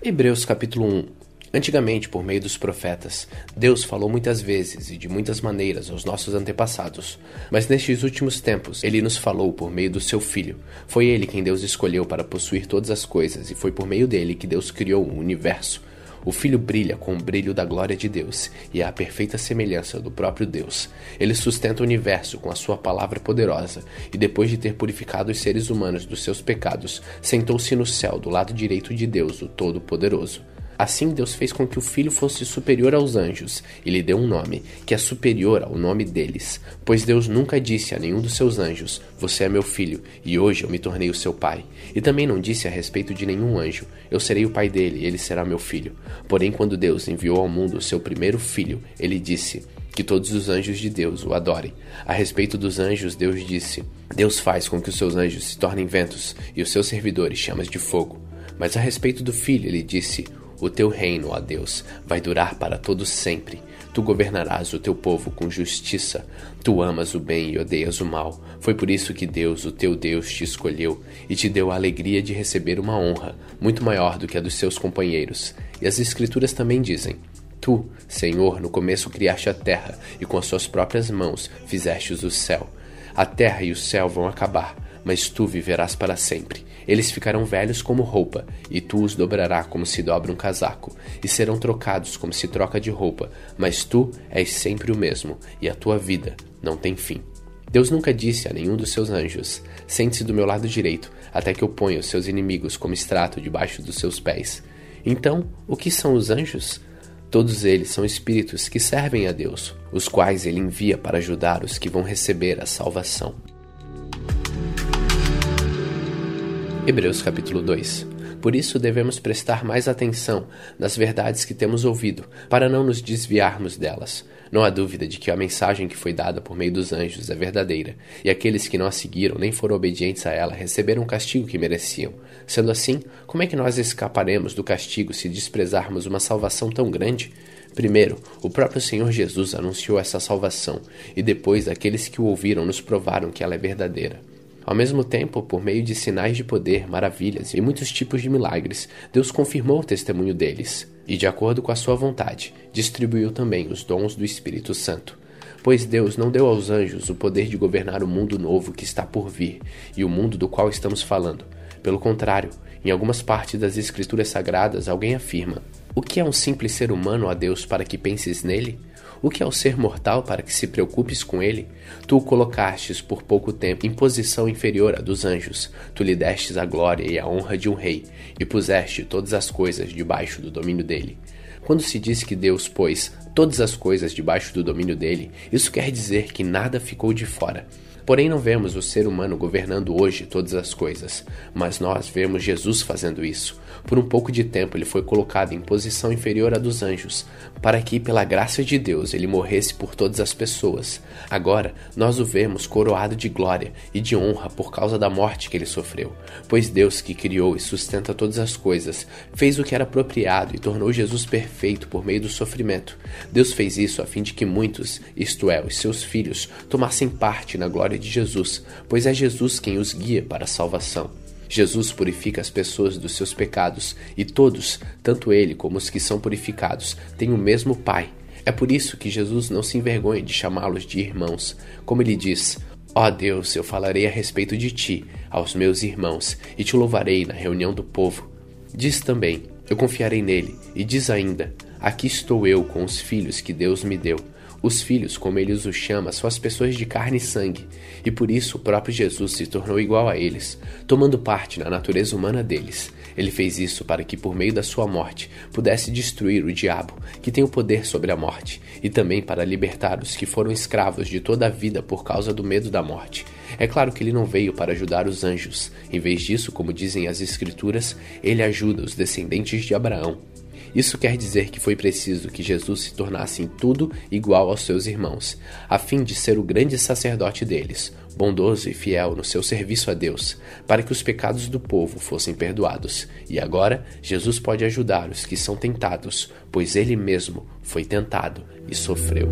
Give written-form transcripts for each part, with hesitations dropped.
Hebreus capítulo 1. Antigamente, por meio dos profetas, Deus falou muitas vezes e de muitas maneiras aos nossos antepassados. Mas nestes últimos tempos, Ele nos falou por meio do Seu Filho. Foi Ele quem Deus escolheu para possuir todas as coisas, e foi por meio dele que Deus criou o universo. O Filho brilha com o brilho da glória de Deus e é a perfeita semelhança do próprio Deus. Ele sustenta o universo com a sua palavra poderosa e, depois de ter purificado os seres humanos dos seus pecados, sentou-se no céu do lado direito de Deus, o Todo-Poderoso. Assim, Deus fez com que o Filho fosse superior aos anjos e lhe deu um nome, que é superior ao nome deles. Pois Deus nunca disse a nenhum dos seus anjos: "Você é meu filho, e hoje eu me tornei o seu pai." E também não disse a respeito de nenhum anjo: "Eu serei o pai dele, e ele será meu filho." Porém, quando Deus enviou ao mundo o seu primeiro filho, ele disse que todos os anjos de Deus o adorem. A respeito dos anjos, Deus disse: "Deus faz com que os seus anjos se tornem ventos, e os seus servidores chamas de fogo." Mas a respeito do filho, ele disse: "O teu reino, ó Deus, vai durar para todo sempre. Tu governarás o teu povo com justiça. Tu amas o bem e odeias o mal. Foi por isso que Deus, o teu Deus, te escolheu e te deu a alegria de receber uma honra muito maior do que a dos seus companheiros." E as Escrituras também dizem: "Tu, Senhor, no começo criaste a terra e com as suas próprias mãos fizestes o céu. A terra e o céu vão acabar, mas tu viverás para sempre. Eles ficarão velhos como roupa, e tu os dobrarás como se dobra um casaco, e serão trocados como se troca de roupa, mas tu és sempre o mesmo, e a tua vida não tem fim." Deus nunca disse a nenhum dos seus anjos: "Sente-se do meu lado direito, até que eu ponha os seus inimigos como estrato debaixo dos seus pés." Então, o que são os anjos? Todos eles são espíritos que servem a Deus, os quais ele envia para ajudar os que vão receber a salvação. Hebreus capítulo 2. Por isso devemos prestar mais atenção nas verdades que temos ouvido, para não nos desviarmos delas. Não há dúvida de que a mensagem que foi dada por meio dos anjos é verdadeira, e aqueles que não a seguiram nem foram obedientes a ela receberam o castigo que mereciam. Sendo assim, como é que nós escaparemos do castigo se desprezarmos uma salvação tão grande? Primeiro, o próprio Senhor Jesus anunciou essa salvação, e depois aqueles que o ouviram nos provaram que ela é verdadeira. Ao mesmo tempo, por meio de sinais de poder, maravilhas e muitos tipos de milagres, Deus confirmou o testemunho deles e, de acordo com a sua vontade, distribuiu também os dons do Espírito Santo. Pois Deus não deu aos anjos o poder de governar o mundo novo que está por vir e o mundo do qual estamos falando. Pelo contrário, em algumas partes das Escrituras Sagradas, alguém afirma: "O que é um simples ser humano, ó Deus, para que penses nele? O que é o ser mortal para que se preocupes com ele? Tu o colocastes por pouco tempo em posição inferior à dos anjos. Tu lhe destes a glória e a honra de um rei, e puseste todas as coisas debaixo do domínio dele." Quando se diz que Deus pôs todas as coisas debaixo do domínio dele, isso quer dizer que nada ficou de fora. Porém, não vemos o ser humano governando hoje todas as coisas, mas nós vemos Jesus fazendo isso. Por um pouco de tempo ele foi colocado em posição inferior à dos anjos, para que, pela graça de Deus, ele morresse por todas as pessoas. Agora, nós o vemos coroado de glória e de honra por causa da morte que ele sofreu. Pois Deus, que criou e sustenta todas as coisas, fez o que era apropriado e tornou Jesus perfeito por meio do sofrimento. Deus fez isso a fim de que muitos, isto é, os seus filhos, tomassem parte na glória de Jesus, pois é Jesus quem os guia para a salvação. Jesus purifica as pessoas dos seus pecados, e todos, tanto ele como os que são purificados, têm o mesmo Pai. É por isso que Jesus não se envergonha de chamá-los de irmãos. Como ele diz: "Ó Deus, eu falarei a respeito de ti aos meus irmãos, e te louvarei na reunião do povo." Diz também: "Eu confiarei nele." E diz ainda: "Aqui estou eu com os filhos que Deus me deu." Os filhos, como ele os chama, são as pessoas de carne e sangue, e por isso o próprio Jesus se tornou igual a eles, tomando parte na natureza humana deles. Ele fez isso para que, por meio da sua morte, pudesse destruir o diabo, que tem o poder sobre a morte, e também para libertar os que foram escravos de toda a vida por causa do medo da morte. É claro que ele não veio para ajudar os anjos. Em vez disso, como dizem as Escrituras, ele ajuda os descendentes de Abraão. Isso quer dizer que foi preciso que Jesus se tornasse em tudo igual aos seus irmãos, a fim de ser o grande sacerdote deles, bondoso e fiel no seu serviço a Deus, para que os pecados do povo fossem perdoados. E agora, Jesus pode ajudar os que são tentados, pois ele mesmo foi tentado e sofreu.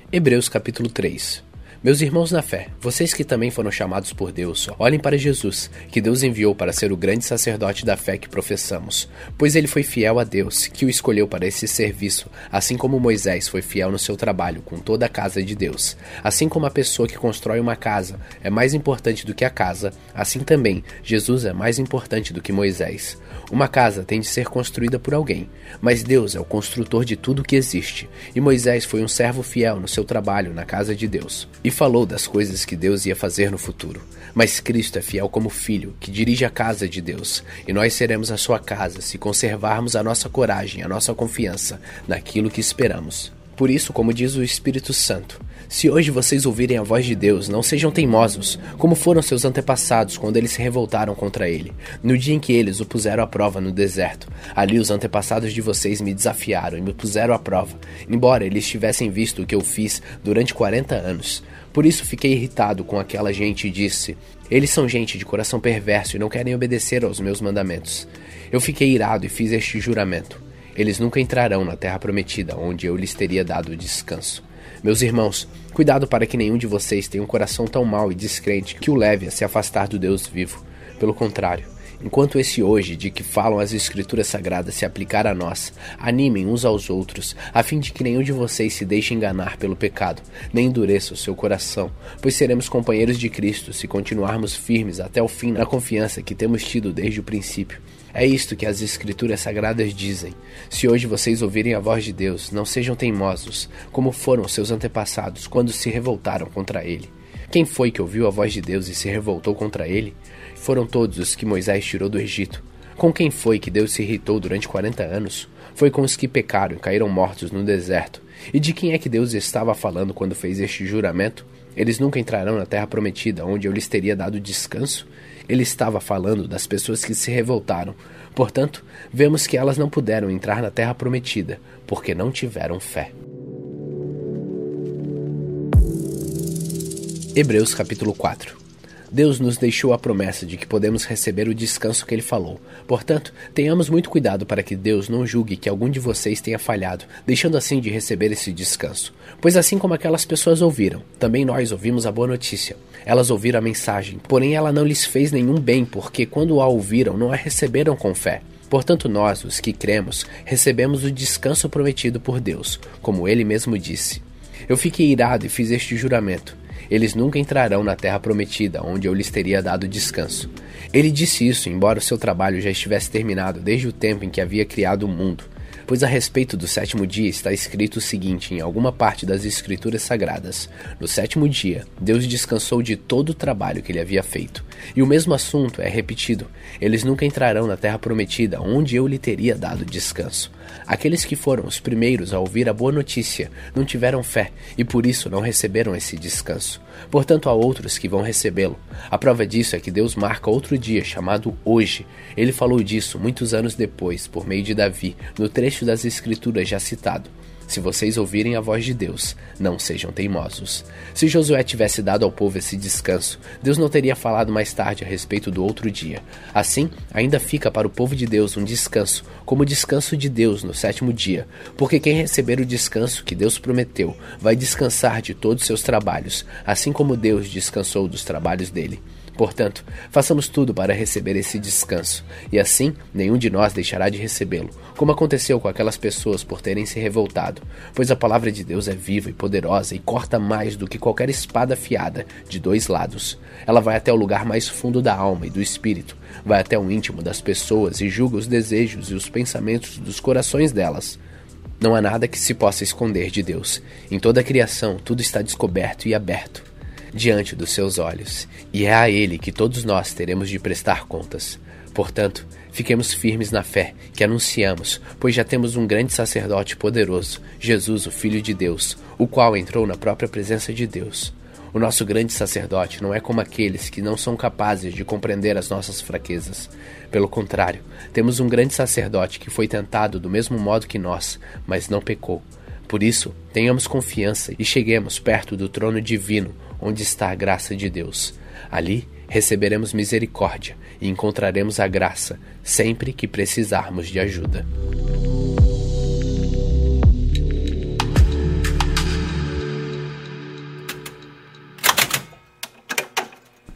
Hebreus capítulo 3. Meus irmãos na fé, vocês que também foram chamados por Deus, olhem para Jesus, que Deus enviou para ser o grande sacerdote da fé que professamos, pois ele foi fiel a Deus, que o escolheu para esse serviço, assim como Moisés foi fiel no seu trabalho com toda a casa de Deus. Assim como a pessoa que constrói uma casa é mais importante do que a casa, assim também Jesus é mais importante do que Moisés. Uma casa tem de ser construída por alguém, mas Deus é o construtor de tudo que existe, e Moisés foi um servo fiel no seu trabalho na casa de Deus. E falou das coisas que Deus ia fazer no futuro. Mas Cristo é fiel como filho, que dirige a casa de Deus, e nós seremos a sua casa se conservarmos a nossa coragem, a nossa confiança naquilo que esperamos. Por isso, como diz o Espírito Santo, se hoje vocês ouvirem a voz de Deus, não sejam teimosos, como foram seus antepassados quando eles se revoltaram contra ele, no dia em que eles o puseram à prova no deserto. Ali os antepassados de vocês me desafiaram e me puseram à prova, embora eles tivessem visto o que eu fiz durante 40 anos. Por isso fiquei irritado com aquela gente e disse: eles são gente de coração perverso e não querem obedecer aos meus mandamentos. Eu fiquei irado e fiz este juramento: eles nunca entrarão na terra prometida, onde eu lhes teria dado descanso. Meus irmãos, cuidado para que nenhum de vocês tenha um coração tão mau e descrente que o leve a se afastar do Deus vivo. Pelo contrário, enquanto esse hoje de que falam as Escrituras Sagradas se aplicar a nós, animem uns aos outros, a fim de que nenhum de vocês se deixe enganar pelo pecado, nem endureça o seu coração, pois seremos companheiros de Cristo se continuarmos firmes até o fim na confiança que temos tido desde o princípio. É isto que as Escrituras Sagradas dizem: se hoje vocês ouvirem a voz de Deus, não sejam teimosos, como foram seus antepassados quando se revoltaram contra ele. Quem foi que ouviu a voz de Deus e se revoltou contra ele? Foram todos os que Moisés tirou do Egito. Com quem foi que Deus se irritou durante 40 anos? Foi com os que pecaram e caíram mortos no deserto. E de quem é que Deus estava falando quando fez este juramento? Eles nunca entrarão na terra prometida, onde eu lhes teria dado descanso? Ele estava falando das pessoas que se revoltaram. Portanto, vemos que elas não puderam entrar na terra prometida, porque não tiveram fé. Hebreus capítulo 4. Deus nos deixou a promessa de que podemos receber o descanso que Ele falou. Portanto, tenhamos muito cuidado para que Deus não julgue que algum de vocês tenha falhado, deixando assim de receber esse descanso. Pois assim como aquelas pessoas ouviram, também nós ouvimos a boa notícia. Elas ouviram a mensagem, porém ela não lhes fez nenhum bem, porque quando a ouviram, não a receberam com fé. Portanto, nós, os que cremos, recebemos o descanso prometido por Deus, como Ele mesmo disse: eu fiquei irado e fiz este juramento: eles nunca entrarão na terra prometida, onde eu lhes teria dado descanso. Ele disse isso, embora o seu trabalho já estivesse terminado desde o tempo em que havia criado o mundo. Pois a respeito do sétimo dia está escrito o seguinte em alguma parte das Escrituras Sagradas: no sétimo dia, Deus descansou de todo o trabalho que ele havia feito. E o mesmo assunto é repetido: eles nunca entrarão na terra prometida, onde eu lhe teria dado descanso. Aqueles que foram os primeiros a ouvir a boa notícia não tiveram fé e por isso não receberam esse descanso. Portanto, há outros que vão recebê-lo. A prova disso é que Deus marca outro dia chamado hoje. Ele falou disso muitos anos depois, por meio de Davi, no trecho das Escrituras já citado: se vocês ouvirem a voz de Deus, não sejam teimosos. Se Josué tivesse dado ao povo esse descanso, Deus não teria falado mais tarde a respeito do outro dia. Assim, ainda fica para o povo de Deus um descanso, como o descanso de Deus no sétimo dia, porque quem receber o descanso que Deus prometeu vai descansar de todos os seus trabalhos, assim como Deus descansou dos trabalhos dele. Portanto, façamos tudo para receber esse descanso, e assim nenhum de nós deixará de recebê-lo, como aconteceu com aquelas pessoas por terem se revoltado, pois a palavra de Deus é viva e poderosa e corta mais do que qualquer espada afiada de dois lados. Ela vai até o lugar mais fundo da alma e do espírito, vai até o íntimo das pessoas e julga os desejos e os pensamentos dos corações delas. Não há nada que se possa esconder de Deus. Em toda a criação, tudo está descoberto e aberto diante dos seus olhos, e é a Ele que todos nós teremos de prestar contas. Portanto, fiquemos firmes na fé que anunciamos, pois já temos um grande sacerdote poderoso, Jesus, o Filho de Deus, o qual entrou na própria presença de Deus. O nosso grande sacerdote não é como aqueles que não são capazes de compreender as nossas fraquezas. Pelo contrário, temos um grande sacerdote que foi tentado do mesmo modo que nós, mas não pecou. Por isso, tenhamos confiança e cheguemos perto do trono divino, onde está a graça de Deus. Ali, receberemos misericórdia e encontraremos a graça sempre que precisarmos de ajuda.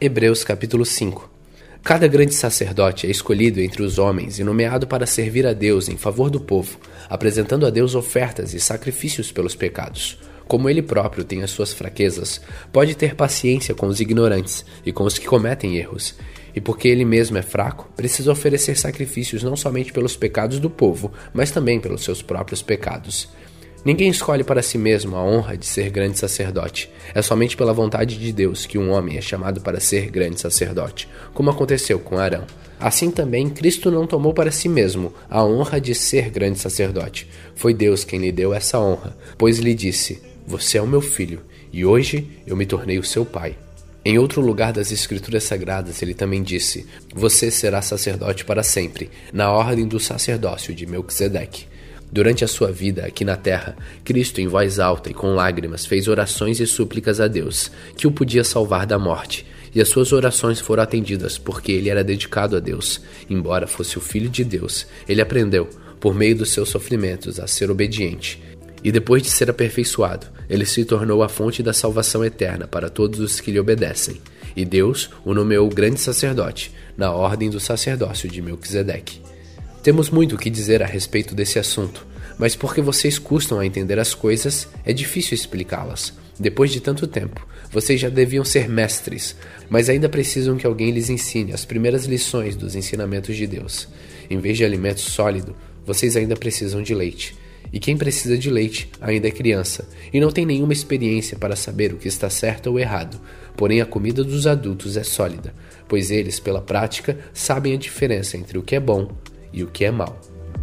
Hebreus capítulo 5. Cada grande sacerdote é escolhido entre os homens e nomeado para servir a Deus em favor do povo, apresentando a Deus ofertas e sacrifícios pelos pecados. Como ele próprio tem as suas fraquezas, pode ter paciência com os ignorantes e com os que cometem erros. E porque ele mesmo é fraco, precisa oferecer sacrifícios não somente pelos pecados do povo, mas também pelos seus próprios pecados. Ninguém escolhe para si mesmo a honra de ser grande sacerdote. É somente pela vontade de Deus que um homem é chamado para ser grande sacerdote, como aconteceu com Arão. Assim também, Cristo não tomou para si mesmo a honra de ser grande sacerdote. Foi Deus quem lhe deu essa honra, pois lhe disse: "Você é o meu filho, e hoje eu me tornei o seu pai." Em outro lugar das Escrituras Sagradas, ele também disse: "Você será sacerdote para sempre, na ordem do sacerdócio de Melquisedeque." Durante a sua vida aqui na terra, Cristo, em voz alta e com lágrimas, fez orações e súplicas a Deus, que o podia salvar da morte, e as suas orações foram atendidas porque ele era dedicado a Deus. Embora fosse o Filho de Deus, ele aprendeu, por meio dos seus sofrimentos, a ser obediente. E depois de ser aperfeiçoado, ele se tornou a fonte da salvação eterna para todos os que lhe obedecem. E Deus o nomeou grande sacerdote, na ordem do sacerdócio de Melquisedeque. Temos muito o que dizer a respeito desse assunto, mas porque vocês custam a entender as coisas, é difícil explicá-las. Depois de tanto tempo, vocês já deviam ser mestres, mas ainda precisam que alguém lhes ensine as primeiras lições dos ensinamentos de Deus. Em vez de alimento sólido, vocês ainda precisam de leite. E quem precisa de leite ainda é criança, e não tem nenhuma experiência para saber o que está certo ou errado. Porém, a comida dos adultos é sólida, pois eles, pela prática, sabem a diferença entre o que é bom e o que é mal.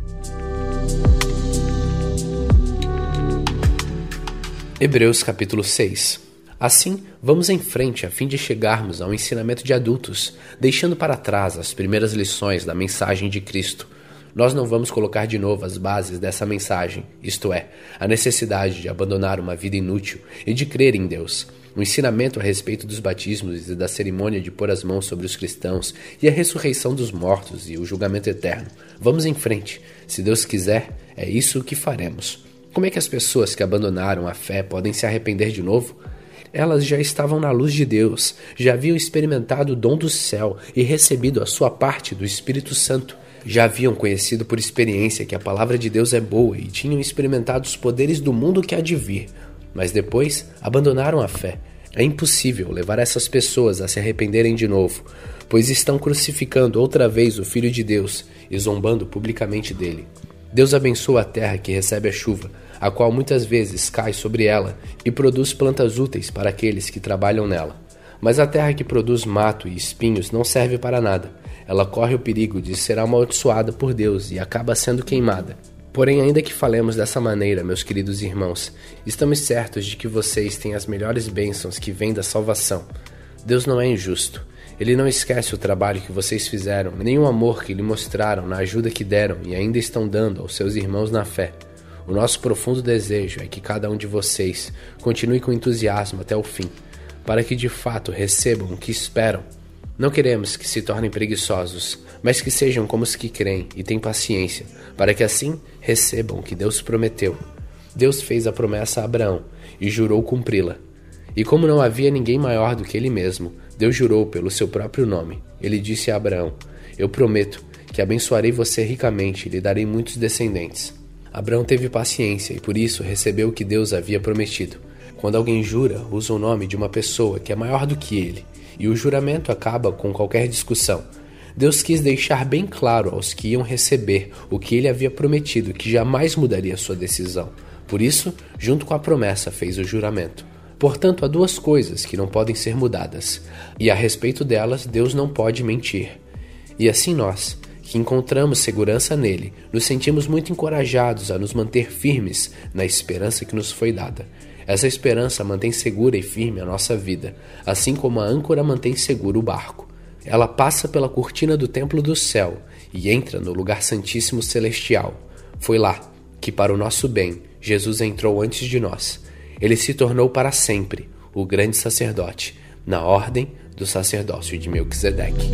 Hebreus capítulo 6. Assim, vamos em frente a fim de chegarmos ao ensinamento de adultos, deixando para trás as primeiras lições da mensagem de Cristo. Nós não vamos colocar de novo as bases dessa mensagem, isto é, a necessidade de abandonar uma vida inútil e de crer em Deus. O ensinamento a respeito dos batismos e da cerimônia de pôr as mãos sobre os cristãos e a ressurreição dos mortos e o julgamento eterno. Vamos em frente. Se Deus quiser, é isso que faremos. Como é que as pessoas que abandonaram a fé podem se arrepender de novo? Elas já estavam na luz de Deus, já haviam experimentado o dom do céu e recebido a sua parte do Espírito Santo. Já haviam conhecido por experiência que a palavra de Deus é boa e tinham experimentado os poderes do mundo que há de vir. Mas depois abandonaram a fé. É impossível levar essas pessoas a se arrependerem de novo, pois estão crucificando outra vez o Filho de Deus e zombando publicamente dele. Deus abençoa a terra que recebe a chuva, a qual muitas vezes cai sobre ela e produz plantas úteis para aqueles que trabalham nela. Mas a terra que produz mato e espinhos não serve para nada. Ela corre o perigo de ser amaldiçoada por Deus e acaba sendo queimada. Porém, ainda que falemos dessa maneira, meus queridos irmãos, estamos certos de que vocês têm as melhores bênçãos que vêm da salvação. Deus não é injusto. Ele não esquece o trabalho que vocês fizeram, nem o amor que lhe mostraram na ajuda que deram e ainda estão dando aos seus irmãos na fé. O nosso profundo desejo é que cada um de vocês continue com entusiasmo até o fim, para que de fato recebam o que esperam. Não queremos que se tornem preguiçosos, mas que sejam como os que creem e têm paciência, para que assim recebam o que Deus prometeu. Deus fez a promessa a Abraão e jurou cumpri-la. E como não havia ninguém maior do que ele mesmo, Deus jurou pelo seu próprio nome. Ele disse a Abraão: "Eu prometo que abençoarei você ricamente e lhe darei muitos descendentes." Abraão teve paciência e por isso recebeu o que Deus havia prometido. Quando alguém jura, usa o nome de uma pessoa que é maior do que ele, e o juramento acaba com qualquer discussão. Deus quis deixar bem claro aos que iam receber o que ele havia prometido, que jamais mudaria sua decisão. Por isso, junto com a promessa, fez o juramento. Portanto, há duas coisas que não podem ser mudadas, e a respeito delas, Deus não pode mentir. E assim nós, que encontramos segurança nele, nos sentimos muito encorajados a nos manter firmes na esperança que nos foi dada. Essa esperança mantém segura e firme a nossa vida, assim como a âncora mantém seguro o barco. Ela passa pela cortina do templo do céu e entra no lugar santíssimo celestial. Foi lá que, para o nosso bem, Jesus entrou antes de nós. Ele se tornou para sempre o grande sacerdote, na ordem do sacerdócio de Melquisedeque.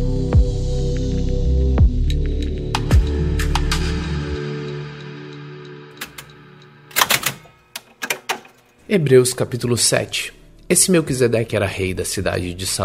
Hebreus capítulo 7. Esse Melquisedeque era rei da cidade de Salém.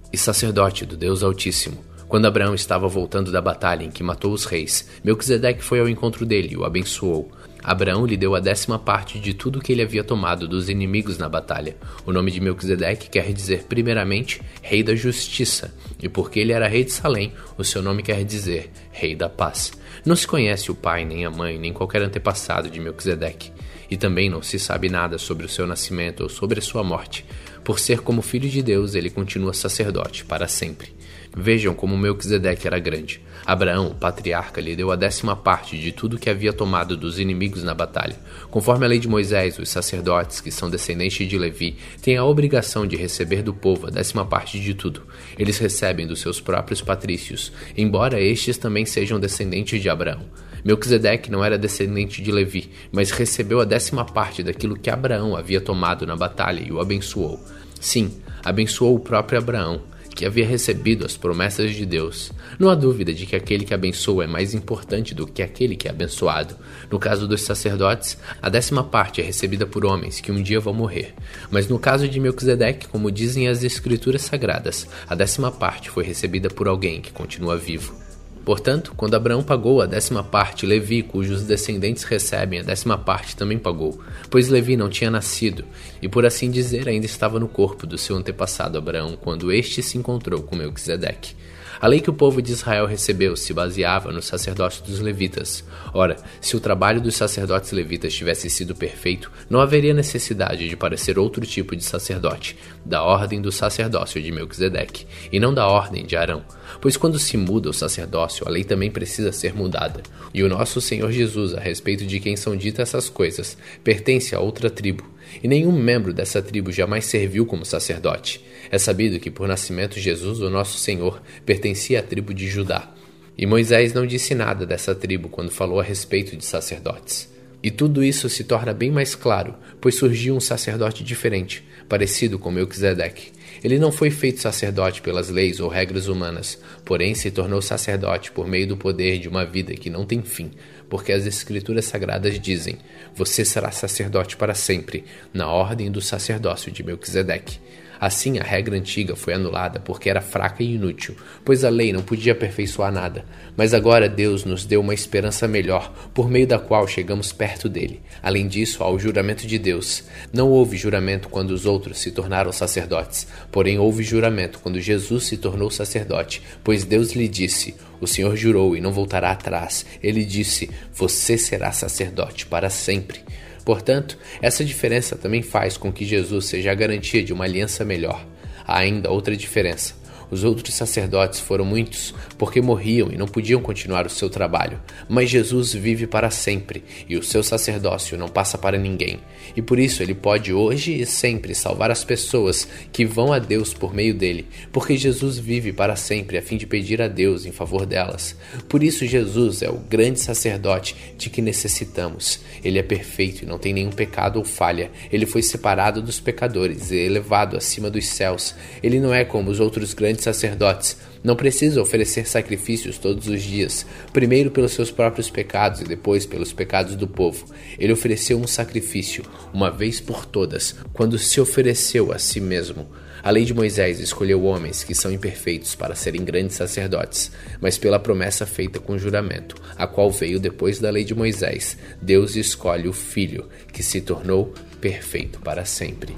e sacerdote do Deus Altíssimo. Quando Abraão estava voltando da batalha em que matou os reis, Melquisedeque foi ao encontro dele e o abençoou. Abraão lhe deu a 10ª parte de tudo que ele havia tomado dos inimigos na batalha. O nome de Melquisedeque quer dizer, primeiramente, Rei da Justiça, e porque ele era rei de Salém, o seu nome quer dizer Rei da Paz. Não se conhece o pai, nem a mãe, nem qualquer antepassado de Melquisedeque, e também não se sabe nada sobre o seu nascimento ou sobre a sua morte. Por ser como filho de Deus, ele continua sacerdote para sempre. Vejam como Melquisedeque era grande. Abraão, o patriarca, lhe deu a 10ª parte de tudo que havia tomado dos inimigos na batalha. Conforme a lei de Moisés, os sacerdotes, que são descendentes de Levi, têm a obrigação de receber do povo a 10ª parte de tudo. Eles recebem dos seus próprios patrícios, embora estes também sejam descendentes de Abraão. Melquisedeque não era descendente de Levi, mas recebeu a 10ª parte daquilo que Abraão havia tomado na batalha e o abençoou. Sim, abençoou o próprio Abraão, que havia recebido as promessas de Deus. Não há dúvida de que aquele que abençoa é mais importante do que aquele que é abençoado. No caso dos sacerdotes, a 10ª parte é recebida por homens que um dia vão morrer. Mas no caso de Melquisedeque, como dizem as escrituras sagradas, a 10ª parte foi recebida por alguém que continua vivo. Portanto, quando Abraão pagou a 10ª parte, Levi, cujos descendentes recebem a 10ª parte, também pagou, pois Levi não tinha nascido, e por assim dizer ainda estava no corpo do seu antepassado Abraão, quando este se encontrou com Melquisedeque. A lei que o povo de Israel recebeu se baseava no sacerdócio dos levitas. Ora, se o trabalho dos sacerdotes levitas tivesse sido perfeito, não haveria necessidade de parecer outro tipo de sacerdote, da ordem do sacerdócio de Melquisedeque, e não da ordem de Arão. Pois quando se muda o sacerdócio, a lei também precisa ser mudada. E o nosso Senhor Jesus, a respeito de quem são ditas essas coisas, pertence a outra tribo, e nenhum membro dessa tribo jamais serviu como sacerdote. É sabido que por nascimento Jesus, o nosso Senhor, pertencia à tribo de Judá. E Moisés não disse nada dessa tribo quando falou a respeito de sacerdotes. E tudo isso se torna bem mais claro, pois surgiu um sacerdote diferente, parecido com Melquisedeque. Ele não foi feito sacerdote pelas leis ou regras humanas, porém se tornou sacerdote por meio do poder de uma vida que não tem fim, porque as escrituras sagradas dizem: você será sacerdote para sempre, na ordem do sacerdócio de Melquisedeque. Assim, a regra antiga foi anulada porque era fraca e inútil, pois a lei não podia aperfeiçoar nada. Mas agora Deus nos deu uma esperança melhor, por meio da qual chegamos perto dele. Além disso, há o juramento de Deus. Não houve juramento quando os outros se tornaram sacerdotes, porém houve juramento quando Jesus se tornou sacerdote, pois Deus lhe disse: o Senhor jurou e não voltará atrás. Ele disse: você será sacerdote para sempre. Portanto, essa diferença também faz com que Jesus seja a garantia de uma aliança melhor. Há ainda outra diferença. Os outros sacerdotes foram muitos porque morriam e não podiam continuar o seu trabalho. Mas Jesus vive para sempre e o seu sacerdócio não passa para ninguém. E por isso ele pode hoje e sempre salvar as pessoas que vão a Deus por meio dele, porque Jesus vive para sempre a fim de pedir a Deus em favor delas. Por isso Jesus é o grande sacerdote de que necessitamos. Ele é perfeito e não tem nenhum pecado ou falha. Ele foi separado dos pecadores e elevado acima dos céus. Ele não é como os outros grandes sacerdotes, não precisa oferecer sacrifícios todos os dias, primeiro pelos seus próprios pecados e depois pelos pecados do povo. Ele ofereceu um sacrifício, uma vez por todas, quando se ofereceu a si mesmo. A lei de Moisés escolheu homens que são imperfeitos para serem grandes sacerdotes, mas pela promessa feita com juramento, a qual veio depois da lei de Moisés, Deus escolhe o Filho, que se tornou perfeito para sempre.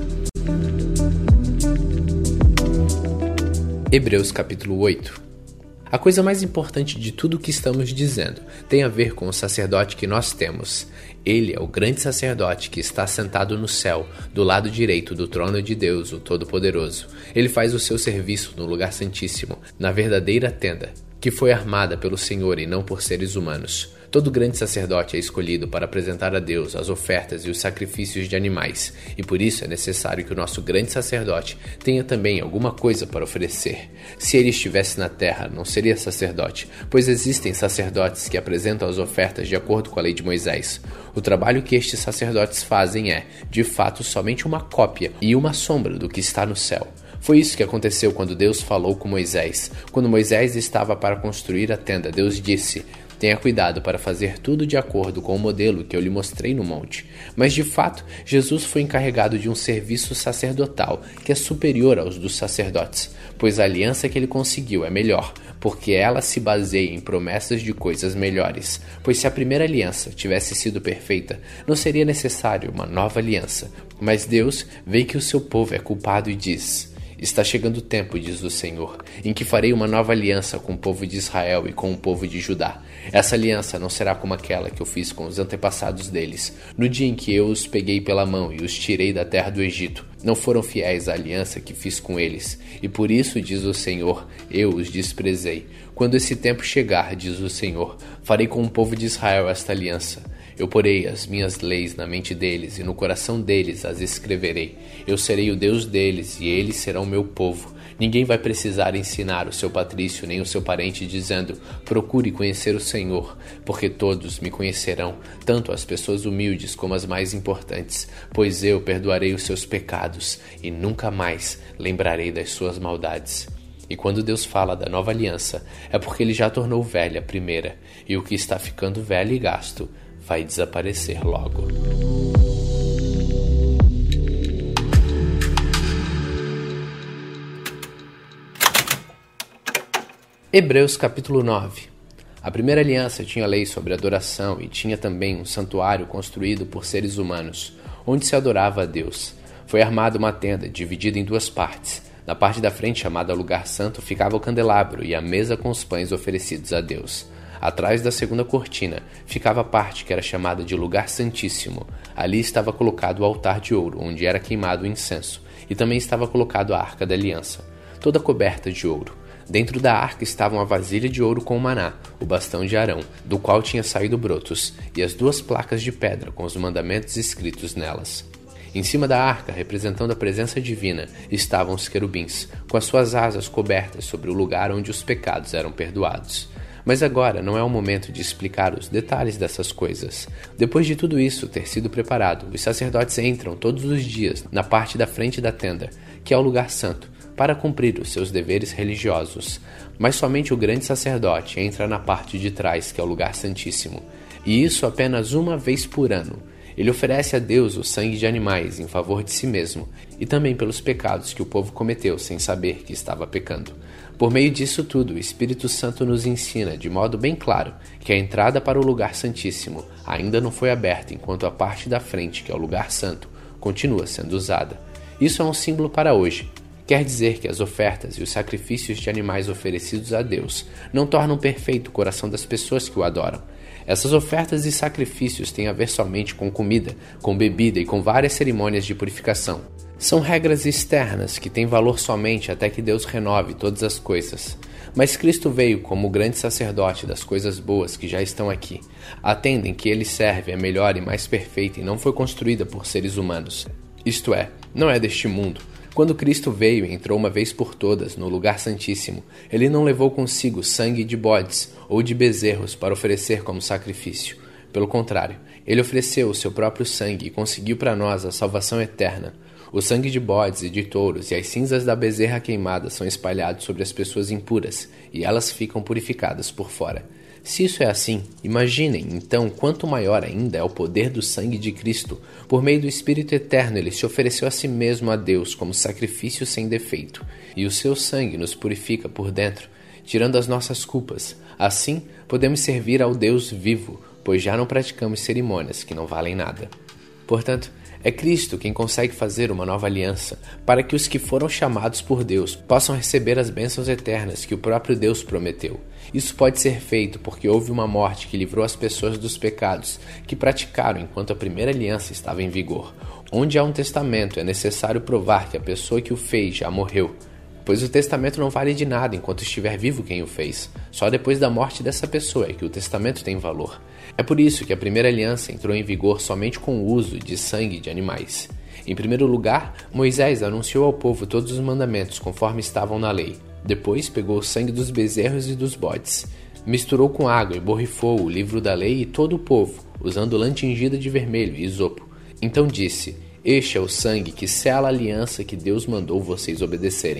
Hebreus capítulo 8. A coisa mais importante de tudo o que estamos dizendo tem a ver com o sacerdote que nós temos. Ele é o grande sacerdote que está sentado no céu, do lado direito do trono de Deus, o Todo-Poderoso. Ele faz o seu serviço no lugar santíssimo, na verdadeira tenda, que foi armada pelo Senhor e não por seres humanos. Todo grande sacerdote é escolhido para apresentar a Deus as ofertas e os sacrifícios de animais, e por isso é necessário que o nosso grande sacerdote tenha também alguma coisa para oferecer. Se ele estivesse na terra, não seria sacerdote, pois existem sacerdotes que apresentam as ofertas de acordo com a lei de Moisés. O trabalho que estes sacerdotes fazem é, de fato, somente uma cópia e uma sombra do que está no céu. Foi isso que aconteceu quando Deus falou com Moisés. Quando Moisés estava para construir a tenda, Deus disse: Tenha cuidado para fazer tudo de acordo com o modelo que eu lhe mostrei no monte. Mas de fato, Jesus foi encarregado de um serviço sacerdotal que é superior aos dos sacerdotes, pois a aliança que ele conseguiu é melhor, porque ela se baseia em promessas de coisas melhores. Pois se a primeira aliança tivesse sido perfeita, não seria necessário uma nova aliança. Mas Deus vê que o seu povo é culpado e diz: está chegando o tempo, diz o Senhor, em que farei uma nova aliança com o povo de Israel e com o povo de Judá. Essa aliança não será como aquela que eu fiz com os antepassados deles, no dia em que eu os peguei pela mão e os tirei da terra do Egito. Não foram fiéis à aliança que fiz com eles, e por isso, diz o Senhor, eu os desprezei. Quando esse tempo chegar, diz o Senhor, farei com o povo de Israel esta aliança. Eu porei as minhas leis na mente deles, e no coração deles as escreverei. Eu serei o Deus deles, e eles serão meu povo. Ninguém vai precisar ensinar o seu patrício nem o seu parente, dizendo: procure conhecer o Senhor, porque todos me conhecerão, tanto as pessoas humildes como as mais importantes, pois eu perdoarei os seus pecados, e nunca mais lembrarei das suas maldades. E quando Deus fala da nova aliança, é porque ele já tornou velha a primeira, e o que está ficando velho e gasto vai desaparecer logo. Hebreus capítulo 9. A primeira aliança tinha lei sobre adoração e tinha também um santuário construído por seres humanos, onde se adorava a Deus. Foi armada uma tenda dividida em duas partes. Na parte da frente, chamada Lugar Santo, ficava o candelabro e a mesa com os pães oferecidos a Deus. Atrás da segunda cortina ficava a parte que era chamada de Lugar Santíssimo. Ali estava colocado o altar de ouro, onde era queimado o incenso, e também estava colocado a Arca da Aliança, toda coberta de ouro. Dentro da arca estava uma vasilha de ouro com o maná, o bastão de Arão, do qual tinha saído brotos, e as duas placas de pedra com os mandamentos escritos nelas. Em cima da arca, representando a presença divina, estavam os querubins, com as suas asas cobertas sobre o lugar onde os pecados eram perdoados. Mas agora não é o momento de explicar os detalhes dessas coisas. Depois de tudo isso ter sido preparado, os sacerdotes entram todos os dias na parte da frente da tenda, que é o lugar santo, para cumprir os seus deveres religiosos. Mas somente o grande sacerdote entra na parte de trás, que é o lugar santíssimo, e isso apenas uma vez por ano. Ele oferece a Deus o sangue de animais em favor de si mesmo, e também pelos pecados que o povo cometeu sem saber que estava pecando. Por meio disso tudo, o Espírito Santo nos ensina de modo bem claro que a entrada para o lugar santíssimo ainda não foi aberta enquanto a parte da frente, que é o lugar santo, continua sendo usada. Isso é um símbolo para hoje. Quer dizer que as ofertas e os sacrifícios de animais oferecidos a Deus não tornam perfeito o coração das pessoas que o adoram. Essas ofertas e sacrifícios têm a ver somente com comida, com bebida e com várias cerimônias de purificação. São regras externas que têm valor somente até que Deus renove todas as coisas. Mas Cristo veio como o grande sacerdote das coisas boas que já estão aqui. A tenda em que ele serve é melhor e mais perfeita e não foi construída por seres humanos. Isto é, não é deste mundo. Quando Cristo veio e entrou uma vez por todas no lugar santíssimo, ele não levou consigo sangue de bodes ou de bezerros para oferecer como sacrifício. Pelo contrário, ele ofereceu o seu próprio sangue e conseguiu para nós a salvação eterna. O sangue de bodes e de touros e as cinzas da bezerra queimada são espalhados sobre as pessoas impuras, e elas ficam purificadas por fora. Se isso é assim, imaginem, então, quanto maior ainda é o poder do sangue de Cristo. Por meio do Espírito Eterno, ele se ofereceu a si mesmo a Deus como sacrifício sem defeito, e o seu sangue nos purifica por dentro, tirando as nossas culpas. Assim, podemos servir ao Deus vivo, pois já não praticamos cerimônias que não valem nada. Portanto, é Cristo quem consegue fazer uma nova aliança, para que os que foram chamados por Deus possam receber as bênçãos eternas que o próprio Deus prometeu. Isso pode ser feito porque houve uma morte que livrou as pessoas dos pecados que praticaram enquanto a primeira aliança estava em vigor. Onde há um testamento, é necessário provar que a pessoa que o fez já morreu, pois o testamento não vale de nada enquanto estiver vivo quem o fez. Só depois da morte dessa pessoa é que o testamento tem valor. É por isso que a primeira aliança entrou em vigor somente com o uso de sangue de animais. Em primeiro lugar, Moisés anunciou ao povo todos os mandamentos conforme estavam na lei. Depois pegou o sangue dos bezerros e dos bodes, misturou com água e borrifou o livro da lei e todo o povo, usando lã tingida de vermelho e isopo. Então disse: este é o sangue que sela a aliança que Deus mandou vocês obedecerem.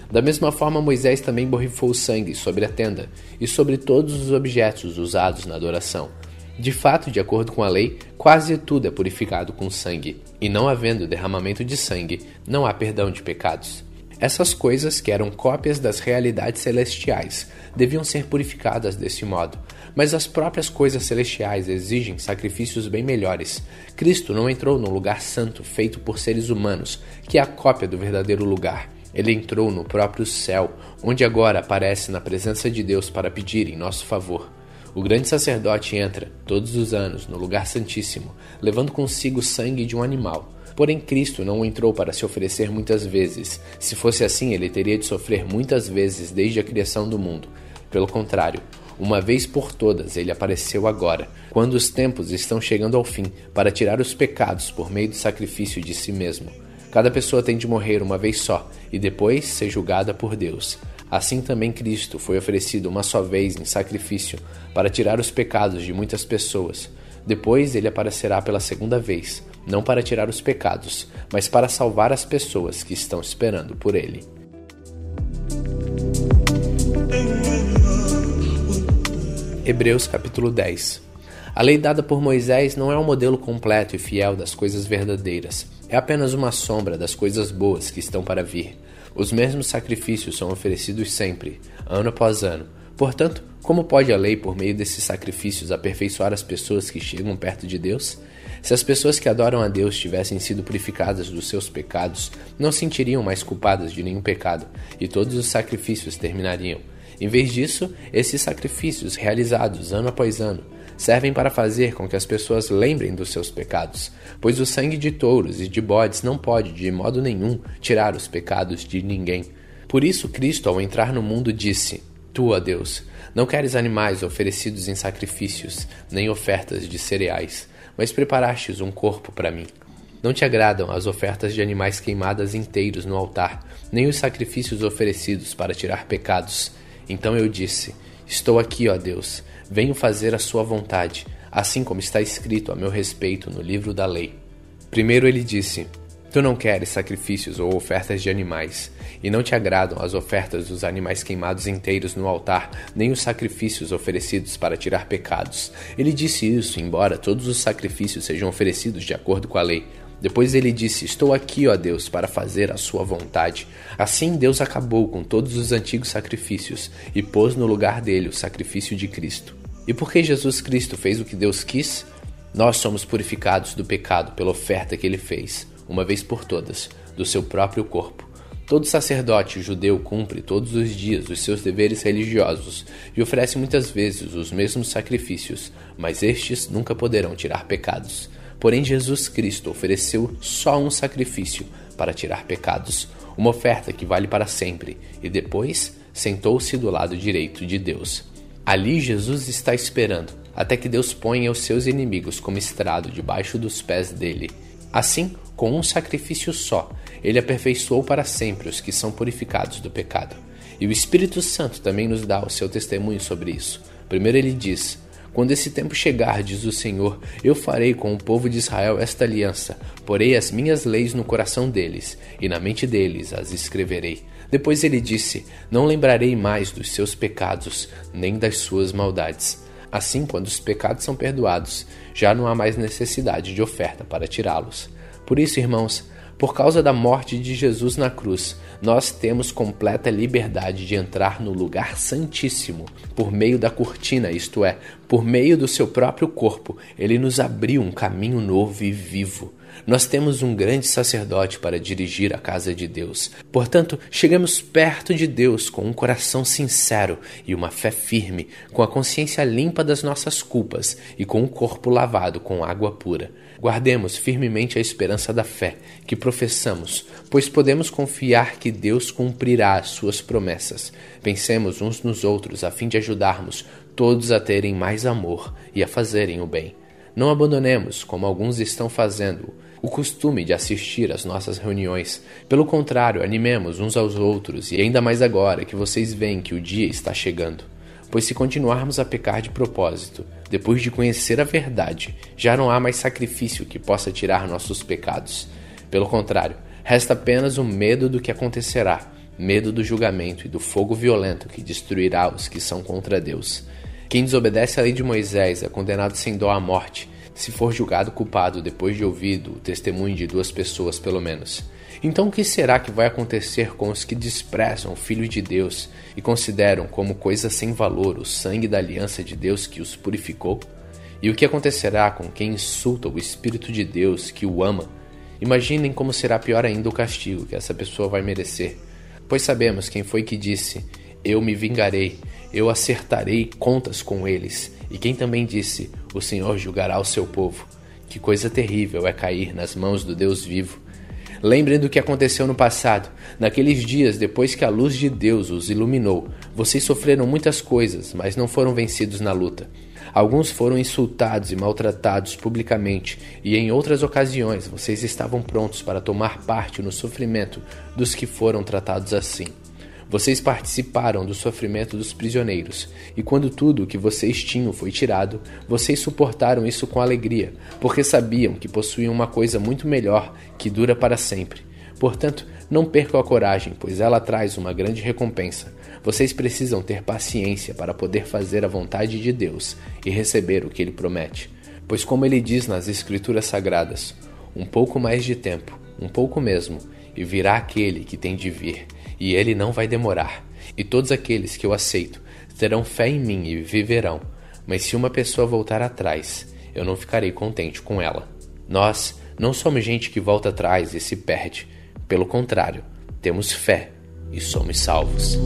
Da mesma forma, Moisés também borrifou sangue sobre a tenda e sobre todos os objetos usados na adoração. De fato, de acordo com a lei, quase tudo é purificado com sangue, e não havendo derramamento de sangue, não há perdão de pecados. Essas coisas, que eram cópias das realidades celestiais, deviam ser purificadas desse modo, mas as próprias coisas celestiais exigem sacrifícios bem melhores. Cristo não entrou num lugar santo feito por seres humanos, que é a cópia do verdadeiro lugar. Ele entrou no próprio céu, onde agora aparece na presença de Deus para pedir em nosso favor. O grande sacerdote entra, todos os anos, no lugar santíssimo, levando consigo o sangue de um animal. Porém, Cristo não entrou para se oferecer muitas vezes. Se fosse assim, ele teria de sofrer muitas vezes desde a criação do mundo. Pelo contrário, uma vez por todas ele apareceu agora, quando os tempos estão chegando ao fim, para tirar os pecados por meio do sacrifício de si mesmo. Cada pessoa tem de morrer uma vez só, e depois ser julgada por Deus. Assim também Cristo foi oferecido uma só vez em sacrifício, para tirar os pecados de muitas pessoas. Depois ele aparecerá pela segunda vez, não para tirar os pecados, mas para salvar as pessoas que estão esperando por ele. Hebreus capítulo 10. A lei dada por Moisés não é um modelo completo e fiel das coisas verdadeiras. É apenas uma sombra das coisas boas que estão para vir. Os mesmos sacrifícios são oferecidos sempre, ano após ano. Portanto, como pode a lei, por meio desses sacrifícios, aperfeiçoar as pessoas que chegam perto de Deus? Se as pessoas que adoram a Deus tivessem sido purificadas dos seus pecados, não se sentiriam mais culpadas de nenhum pecado, e todos os sacrifícios terminariam. Em vez disso, esses sacrifícios, realizados ano após ano, servem para fazer com que as pessoas lembrem dos seus pecados, pois o sangue de touros e de bodes não pode, de modo nenhum, tirar os pecados de ninguém. Por isso Cristo, ao entrar no mundo, disse: Tu, ó Deus, não queres animais oferecidos em sacrifícios, nem ofertas de cereais, mas preparastes um corpo para mim. Não te agradam as ofertas de animais queimadas inteiros no altar, nem os sacrifícios oferecidos para tirar pecados. Então eu disse: Estou aqui, ó Deus, venho fazer a sua vontade, assim como está escrito a meu respeito no livro da lei. Primeiro ele disse: Tu não queres sacrifícios ou ofertas de animais, e não te agradam as ofertas dos animais queimados inteiros no altar, nem os sacrifícios oferecidos para tirar pecados. Ele disse isso, embora todos os sacrifícios sejam oferecidos de acordo com a lei. Depois ele disse: Estou aqui, ó Deus, para fazer a sua vontade. Assim Deus acabou com todos os antigos sacrifícios e pôs no lugar dele o sacrifício de Cristo. E porque Jesus Cristo fez o que Deus quis, nós somos purificados do pecado pela oferta que ele fez, uma vez por todas, do seu próprio corpo. Todo sacerdote judeu cumpre todos os dias os seus deveres religiosos e oferece muitas vezes os mesmos sacrifícios, mas estes nunca poderão tirar pecados. Porém, Jesus Cristo ofereceu só um sacrifício para tirar pecados, uma oferta que vale para sempre, e depois sentou-se do lado direito de Deus. Ali Jesus está esperando, até que Deus ponha os seus inimigos como estrado debaixo dos pés dele. Assim, com um sacrifício só, ele aperfeiçoou para sempre os que são purificados do pecado. E o Espírito Santo também nos dá o seu testemunho sobre isso. Primeiro ele diz: Quando esse tempo chegar, diz o Senhor, eu farei com o povo de Israel esta aliança, porei as minhas leis no coração deles, e na mente deles as escreverei. Depois ele disse: Não lembrarei mais dos seus pecados, nem das suas maldades. Assim, quando os pecados são perdoados, já não há mais necessidade de oferta para tirá-los. Por isso, irmãos, por causa da morte de Jesus na cruz, nós temos completa liberdade de entrar no lugar santíssimo por meio da cortina, isto é, por meio do seu próprio corpo. Ele nos abriu um caminho novo e vivo. Nós temos um grande sacerdote para dirigir a casa de Deus. Portanto, chegamos perto de Deus com um coração sincero e uma fé firme, com a consciência limpa das nossas culpas e com o corpo lavado com água pura. Guardemos firmemente a esperança da fé que professamos, pois podemos confiar que Deus cumprirá as suas promessas. Pensemos uns nos outros a fim de ajudarmos todos a terem mais amor e a fazerem o bem. Não abandonemos, como alguns estão fazendo, o costume de assistir às nossas reuniões. Pelo contrário, animemos uns aos outros, e ainda mais agora que vocês veem que o dia está chegando. Pois se continuarmos a pecar de propósito, depois de conhecer a verdade, já não há mais sacrifício que possa tirar nossos pecados. Pelo contrário, resta apenas o medo do que acontecerá, medo do julgamento e do fogo violento que destruirá os que são contra Deus. Quem desobedece à lei de Moisés é condenado sem dó à morte, se for julgado culpado depois de ouvido o testemunho de 2 pessoas pelo menos. Então o que será que vai acontecer com os que desprezam o Filho de Deus e consideram como coisa sem valor o sangue da aliança de Deus que os purificou? E o que acontecerá com quem insulta o Espírito de Deus que o ama? Imaginem como será pior ainda o castigo que essa pessoa vai merecer. Pois sabemos quem foi que disse: eu me vingarei, eu acertarei contas com eles. E quem também disse: o Senhor julgará o seu povo. Que coisa terrível é cair nas mãos do Deus vivo. Lembrem do que aconteceu no passado. Naqueles dias, depois que a luz de Deus os iluminou, vocês sofreram muitas coisas, mas não foram vencidos na luta. Alguns foram insultados e maltratados publicamente, e em outras ocasiões vocês estavam prontos para tomar parte no sofrimento dos que foram tratados assim. Vocês participaram do sofrimento dos prisioneiros, e quando tudo o que vocês tinham foi tirado, vocês suportaram isso com alegria, porque sabiam que possuíam uma coisa muito melhor, que dura para sempre. Portanto, não percam a coragem, pois ela traz uma grande recompensa. Vocês precisam ter paciência para poder fazer a vontade de Deus e receber o que Ele promete. Pois como Ele diz nas Escrituras Sagradas, um pouco mais de tempo, um pouco mesmo, e virá aquele que tem de vir, e ele não vai demorar. E todos aqueles que eu aceito terão fé em mim e viverão. Mas se uma pessoa voltar atrás, eu não ficarei contente com ela. Nós não somos gente que volta atrás e se perde. Pelo contrário, temos fé e somos salvos.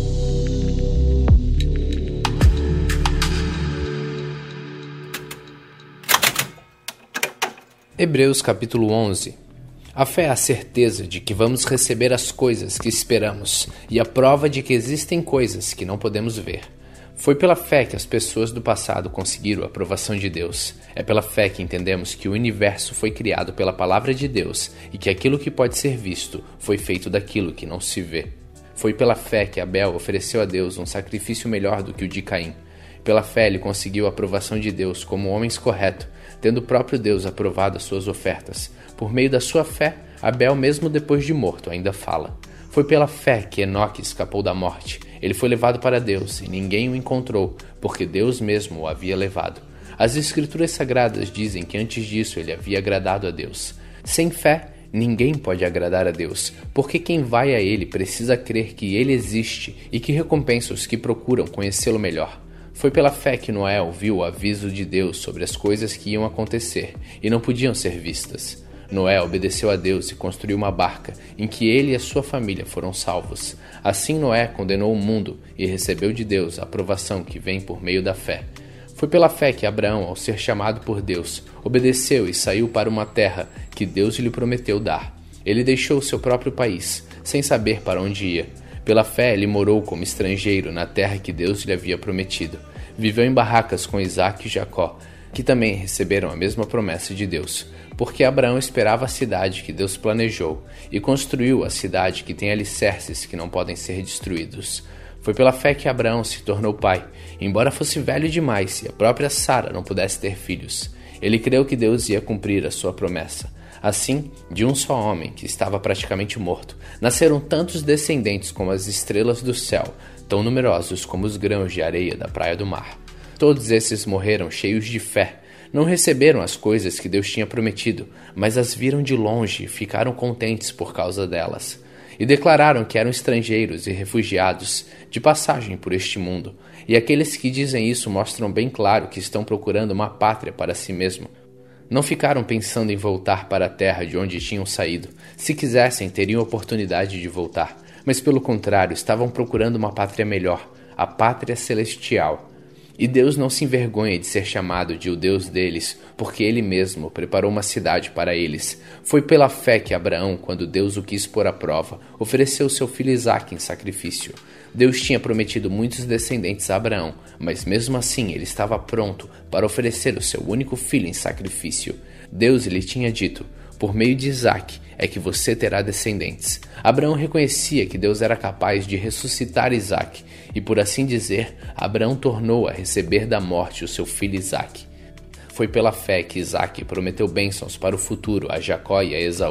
Hebreus capítulo 11. A fé é a certeza de que vamos receber as coisas que esperamos e a prova de que existem coisas que não podemos ver. Foi pela fé que as pessoas do passado conseguiram a aprovação de Deus. É pela fé que entendemos que o universo foi criado pela palavra de Deus e que aquilo que pode ser visto foi feito daquilo que não se vê. Foi pela fé que Abel ofereceu a Deus um sacrifício melhor do que o de Caim. Pela fé ele conseguiu a aprovação de Deus como homem correto, tendo o próprio Deus aprovado as suas ofertas. Por meio da sua fé, Abel, mesmo depois de morto, ainda fala. Foi pela fé que Enoque escapou da morte. Ele foi levado para Deus e ninguém o encontrou, porque Deus mesmo o havia levado. As Escrituras Sagradas dizem que antes disso ele havia agradado a Deus. Sem fé, ninguém pode agradar a Deus, porque quem vai a Ele precisa crer que Ele existe e que recompensa os que procuram conhecê-lo melhor. Foi pela fé que Noé ouviu o aviso de Deus sobre as coisas que iam acontecer e não podiam ser vistas. Noé obedeceu a Deus e construiu uma barca, em que ele e a sua família foram salvos. Assim Noé condenou o mundo e recebeu de Deus a aprovação que vem por meio da fé. Foi pela fé que Abraão, ao ser chamado por Deus, obedeceu e saiu para uma terra que Deus lhe prometeu dar. Ele deixou seu próprio país, sem saber para onde ia. Pela fé ele morou como estrangeiro na terra que Deus lhe havia prometido. Viveu em barracas com Isaque e Jacó, que também receberam a mesma promessa de Deus. Porque Abraão esperava a cidade que Deus planejou e construiu a cidade que tem alicerces que não podem ser destruídos. Foi pela fé que Abraão se tornou pai, embora fosse velho demais e a própria Sara não pudesse ter filhos. Ele creu que Deus ia cumprir a sua promessa. Assim, de um só homem, que estava praticamente morto, nasceram tantos descendentes como as estrelas do céu, tão numerosos como os grãos de areia da praia do mar. Todos esses morreram cheios de fé. Não receberam as coisas que Deus tinha prometido, mas as viram de longe e ficaram contentes por causa delas. E declararam que eram estrangeiros e refugiados, de passagem por este mundo. E aqueles que dizem isso mostram bem claro que estão procurando uma pátria para si mesmo. Não ficaram pensando em voltar para a terra de onde tinham saído. Se quisessem, teriam oportunidade de voltar. Mas pelo contrário, estavam procurando uma pátria melhor, a pátria celestial. E Deus não se envergonha de ser chamado de o Deus deles, porque Ele mesmo preparou uma cidade para eles. Foi pela fé que Abraão, quando Deus o quis pôr à prova, ofereceu seu filho Isaque em sacrifício. Deus tinha prometido muitos descendentes a Abraão, mas mesmo assim ele estava pronto para oferecer o seu único filho em sacrifício. Deus lhe tinha dito: por meio de Isaque é que você terá descendentes. Abraão reconhecia que Deus era capaz de ressuscitar Isaque, e por assim dizer, Abraão tornou a receber da morte o seu filho Isaque. Foi pela fé que Isaque prometeu bênçãos para o futuro a Jacó e a Esaú.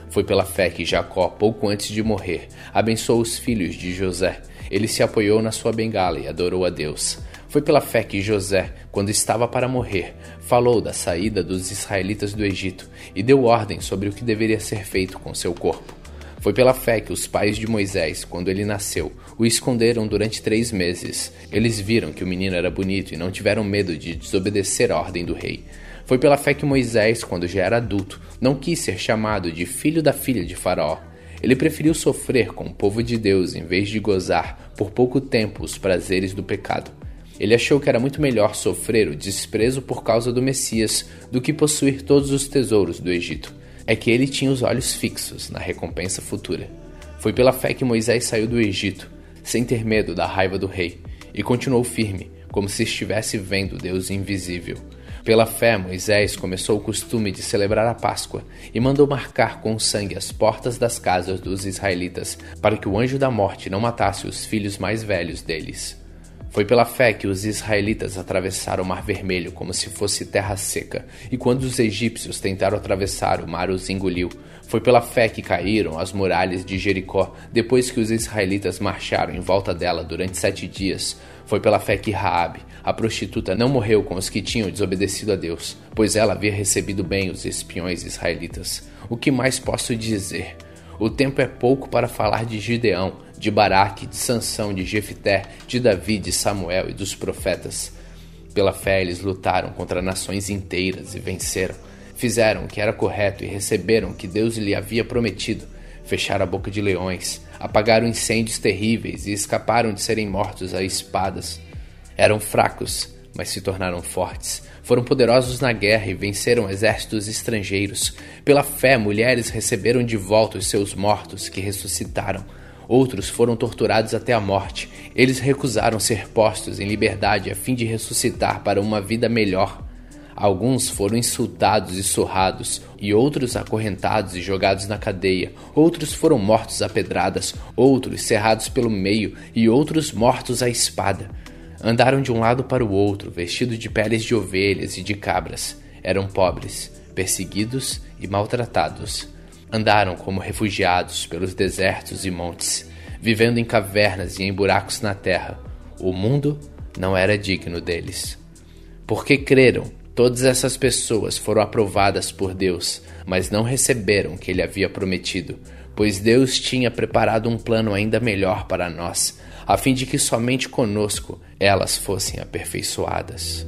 Foi pela fé que Jacó, pouco antes de morrer, abençoou os filhos de José. Ele se apoiou na sua bengala e adorou a Deus. Foi pela fé que José, quando estava para morrer, falou da saída dos israelitas do Egito e deu ordem sobre o que deveria ser feito com seu corpo. Foi pela fé que os pais de Moisés, quando ele nasceu, o esconderam durante 3 meses. Eles viram que o menino era bonito e não tiveram medo de desobedecer a ordem do rei. Foi pela fé que Moisés, quando já era adulto, não quis ser chamado de filho da filha de Faraó. Ele preferiu sofrer com o povo de Deus em vez de gozar, por pouco tempo, os prazeres do pecado. Ele achou que era muito melhor sofrer o desprezo por causa do Messias do que possuir todos os tesouros do Egito. É que ele tinha os olhos fixos na recompensa futura. Foi pela fé que Moisés saiu do Egito, sem ter medo da raiva do rei, e continuou firme, como se estivesse vendo Deus invisível. Pela fé, Moisés começou o costume de celebrar a Páscoa e mandou marcar com sangue as portas das casas dos israelitas, para que o anjo da morte não matasse os filhos mais velhos deles. Foi pela fé que os israelitas atravessaram o Mar Vermelho como se fosse terra seca, e quando os egípcios tentaram atravessar, o mar os engoliu. Foi pela fé que caíram as muralhas de Jericó, depois que os israelitas marcharam em volta dela durante 7 dias. Foi pela fé que Raabe, a prostituta, não morreu com os que tinham desobedecido a Deus, pois ela havia recebido bem os espiões israelitas. O que mais posso dizer? O tempo é pouco para falar de Gideão, de Baraque, de Sansão, de Jefté, de Davi, de Samuel e dos profetas. Pela fé eles lutaram contra nações inteiras e venceram. Fizeram o que era correto e receberam o que Deus lhe havia prometido. Fecharam a boca de leões, apagaram incêndios terríveis e escaparam de serem mortos a espadas. Eram fracos, mas se tornaram fortes. Foram poderosos na guerra e venceram exércitos estrangeiros. Pela fé, mulheres receberam de volta os seus mortos, que ressuscitaram. Outros foram torturados até a morte. Eles recusaram ser postos em liberdade a fim de ressuscitar para uma vida melhor. Alguns foram insultados e surrados, e outros acorrentados e jogados na cadeia. Outros foram mortos a pedradas, outros cerrados pelo meio, e outros mortos à espada. Andaram de um lado para o outro, vestidos de peles de ovelhas e de cabras. Eram pobres, perseguidos e maltratados. Andaram como refugiados pelos desertos e montes, vivendo em cavernas e em buracos na terra. O mundo não era digno deles. Porque creram, todas essas pessoas foram aprovadas por Deus, mas não receberam o que ele havia prometido, pois Deus tinha preparado um plano ainda melhor para nós, a fim de que somente conosco elas fossem aperfeiçoadas.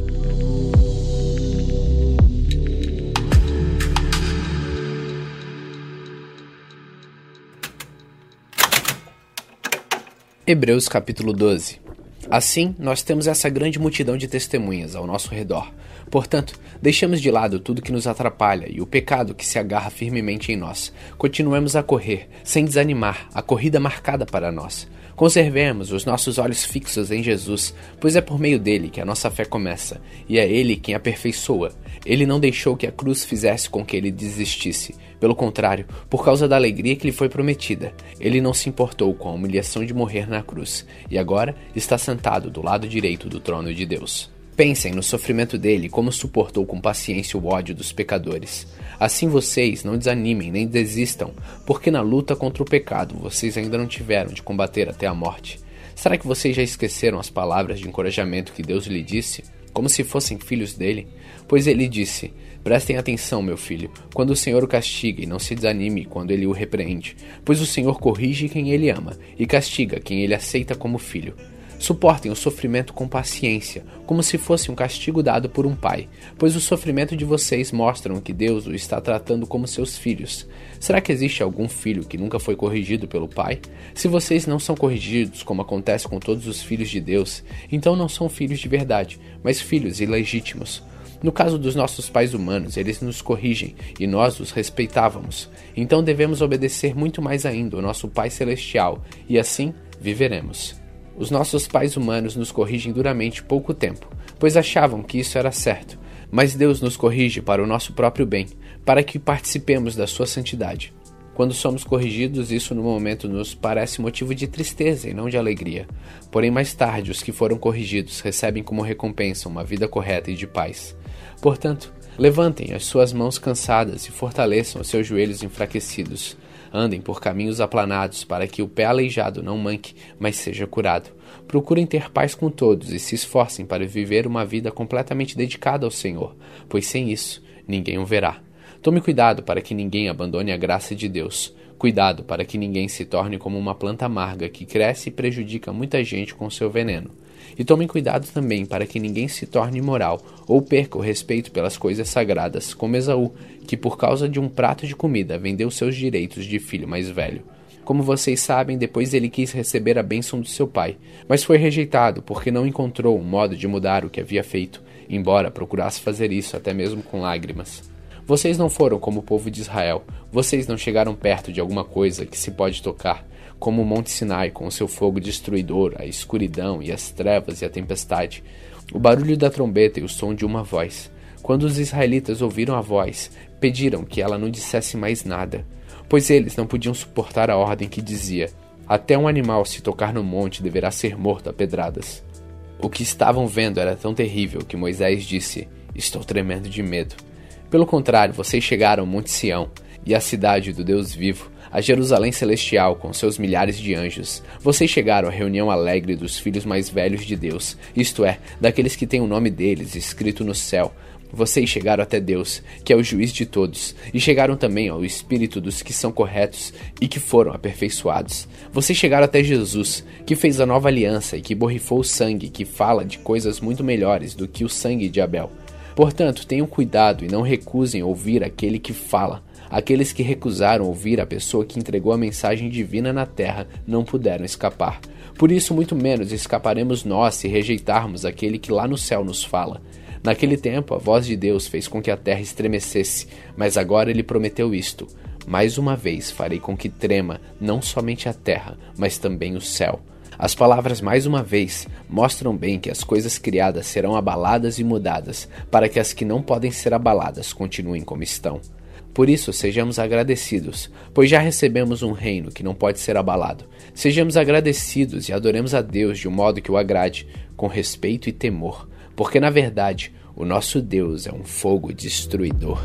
Hebreus capítulo 12. Assim, nós temos essa grande multidão de testemunhas ao nosso redor. Portanto, deixamos de lado tudo que nos atrapalha e o pecado que se agarra firmemente em nós. Continuemos a correr, sem desanimar, a corrida marcada para nós. Conservemos os nossos olhos fixos em Jesus, pois é por meio dele que a nossa fé começa, e é ele quem aperfeiçoa. Ele não deixou que a cruz fizesse com que ele desistisse. Pelo contrário, por causa da alegria que lhe foi prometida, ele não se importou com a humilhação de morrer na cruz, e agora está sentado do lado direito do trono de Deus. Pensem no sofrimento dele, como suportou com paciência o ódio dos pecadores. Assim vocês não desanimem nem desistam, porque na luta contra o pecado vocês ainda não tiveram de combater até a morte. Será que vocês já esqueceram as palavras de encorajamento que Deus lhe disse, como se fossem filhos dele? Pois ele disse: prestem atenção, meu filho, quando o Senhor o castiga, e não se desanime quando ele o repreende, pois o Senhor corrige quem ele ama e castiga quem ele aceita como filho. Suportem o sofrimento com paciência, como se fosse um castigo dado por um pai, pois o sofrimento de vocês mostram que Deus o está tratando como seus filhos. Será que existe algum filho que nunca foi corrigido pelo pai? Se vocês não são corrigidos, como acontece com todos os filhos de Deus, então não são filhos de verdade, mas filhos ilegítimos. No caso dos nossos pais humanos, eles nos corrigem e nós os respeitávamos. Então devemos obedecer muito mais ainda ao nosso Pai Celestial, e assim viveremos. Os nossos pais humanos nos corrigem duramente pouco tempo, pois achavam que isso era certo, mas Deus nos corrige para o nosso próprio bem, para que participemos da sua santidade. Quando somos corrigidos, isso no momento nos parece motivo de tristeza e não de alegria. Porém, mais tarde, os que foram corrigidos recebem como recompensa uma vida correta e de paz. Portanto, Levantem as suas mãos cansadas e fortaleçam os seus joelhos enfraquecidos. Andem por caminhos aplanados, para que o pé aleijado não manque, mas seja curado. Procurem ter paz com todos e se esforcem para viver uma vida completamente dedicada ao Senhor, pois sem isso, ninguém o verá. Tome cuidado para que ninguém abandone a graça de Deus. Cuidado para que ninguém se torne como uma planta amarga que cresce e prejudica muita gente com seu veneno. E tomem cuidado também para que ninguém se torne imoral ou perca o respeito pelas coisas sagradas, como Esaú, que por causa de um prato de comida vendeu seus direitos de filho mais velho. Como vocês sabem, depois ele quis receber a bênção do seu pai, mas foi rejeitado porque não encontrou um modo de mudar o que havia feito, embora procurasse fazer isso até mesmo com lágrimas. Vocês não foram como o povo de Israel, vocês não chegaram perto de alguma coisa que se pode tocar, como o Monte Sinai com o seu fogo destruidor, a escuridão e as trevas e a tempestade, o barulho da trombeta e o som de uma voz. Quando os israelitas ouviram a voz, pediram que ela não dissesse mais nada, pois eles não podiam suportar a ordem que dizia: até um animal se tocar no monte deverá ser morto a pedradas. O que estavam vendo era tão terrível que Moisés disse: estou tremendo de medo. Pelo contrário, vocês chegaram ao Monte Sião e à cidade do Deus vivo, a Jerusalém celestial com seus milhares de anjos. Vocês chegaram à reunião alegre dos filhos mais velhos de Deus, isto é, daqueles que têm o nome deles escrito no céu. Vocês chegaram até Deus, que é o juiz de todos, e chegaram também ao espírito dos que são corretos e que foram aperfeiçoados. Vocês chegaram até Jesus, que fez a nova aliança e que borrifou o sangue, que fala de coisas muito melhores do que o sangue de Abel. Portanto, tenham cuidado e não recusem ouvir aquele que fala. Aqueles que recusaram ouvir a pessoa que entregou a mensagem divina na terra não puderam escapar. Por isso, muito menos escaparemos nós se rejeitarmos aquele que lá no céu nos fala. Naquele tempo, a voz de Deus fez com que a terra estremecesse, mas agora ele prometeu isto: mais uma vez farei com que trema não somente a terra, mas também o céu. As palavras mais uma vez mostram bem que as coisas criadas serão abaladas e mudadas, para que as que não podem ser abaladas continuem como estão. Por isso, sejamos agradecidos, pois já recebemos um reino que não pode ser abalado. Sejamos agradecidos e adoremos a Deus de um modo que o agrade, com respeito e temor, porque na verdade, o nosso Deus é um fogo destruidor.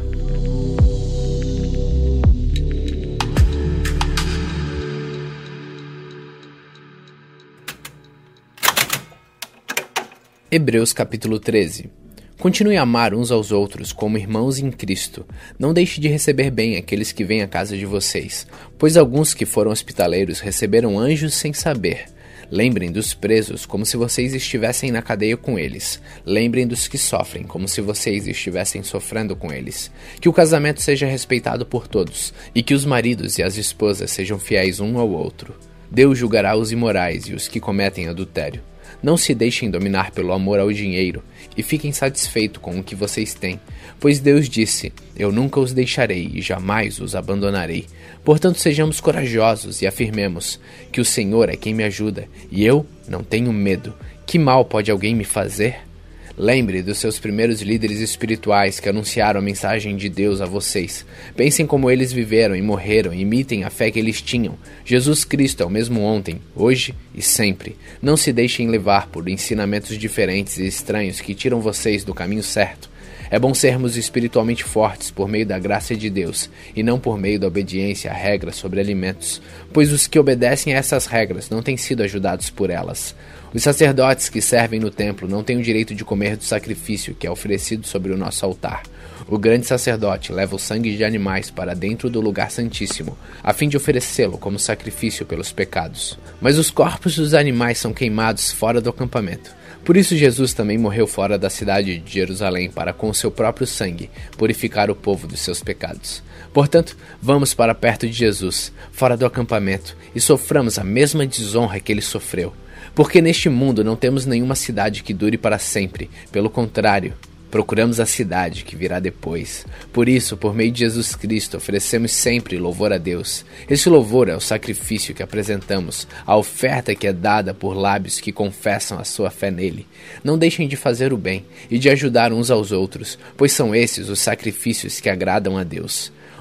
Hebreus capítulo 13. Continue a amar uns aos outros como irmãos em Cristo. Não deixe de receber bem aqueles que vêm à casa de vocês, pois alguns que foram hospitaleiros receberam anjos sem saber. Lembrem dos presos como se vocês estivessem na cadeia com eles. Lembrem dos que sofrem como se vocês estivessem sofrendo com eles. Que o casamento seja respeitado por todos e que os maridos e as esposas sejam fiéis um ao outro. Deus julgará os imorais e os que cometem adultério. Não se deixem dominar pelo amor ao dinheiro e fiquem satisfeitos com o que vocês têm, pois Deus disse: eu nunca os deixarei e jamais os abandonarei. Portanto, sejamos corajosos e afirmemos que o Senhor é quem me ajuda e eu não tenho medo. Que mal pode alguém me fazer? Lembre dos seus primeiros líderes espirituais que anunciaram a mensagem de Deus a vocês. Pensem como eles viveram e morreram e imitem a fé que eles tinham. Jesus Cristo é o mesmo ontem, hoje e sempre. Não se deixem levar por ensinamentos diferentes e estranhos que tiram vocês do caminho certo. É bom sermos espiritualmente fortes por meio da graça de Deus e não por meio da obediência a regras sobre alimentos, pois os que obedecem a essas regras não têm sido ajudados por elas. Os sacerdotes que servem no templo não têm o direito de comer do sacrifício que é oferecido sobre o nosso altar. O grande sacerdote leva o sangue de animais para dentro do lugar santíssimo, a fim de oferecê-lo como sacrifício pelos pecados. Mas os corpos dos animais são queimados fora do acampamento. Por isso Jesus também morreu fora da cidade de Jerusalém para com o seu próprio sangue purificar o povo dos seus pecados. Portanto, vamos para perto de Jesus, fora do acampamento, e soframos a mesma desonra que ele sofreu. Porque neste mundo não temos nenhuma cidade que dure para sempre. Pelo contrário, procuramos a cidade que virá depois. Por isso, por meio de Jesus Cristo, oferecemos sempre louvor a Deus. Esse louvor é o sacrifício que apresentamos, a oferta que é dada por lábios que confessam a sua fé nele. Não deixem de fazer o bem e de ajudar uns aos outros, pois são esses os sacrifícios que agradam a Deus.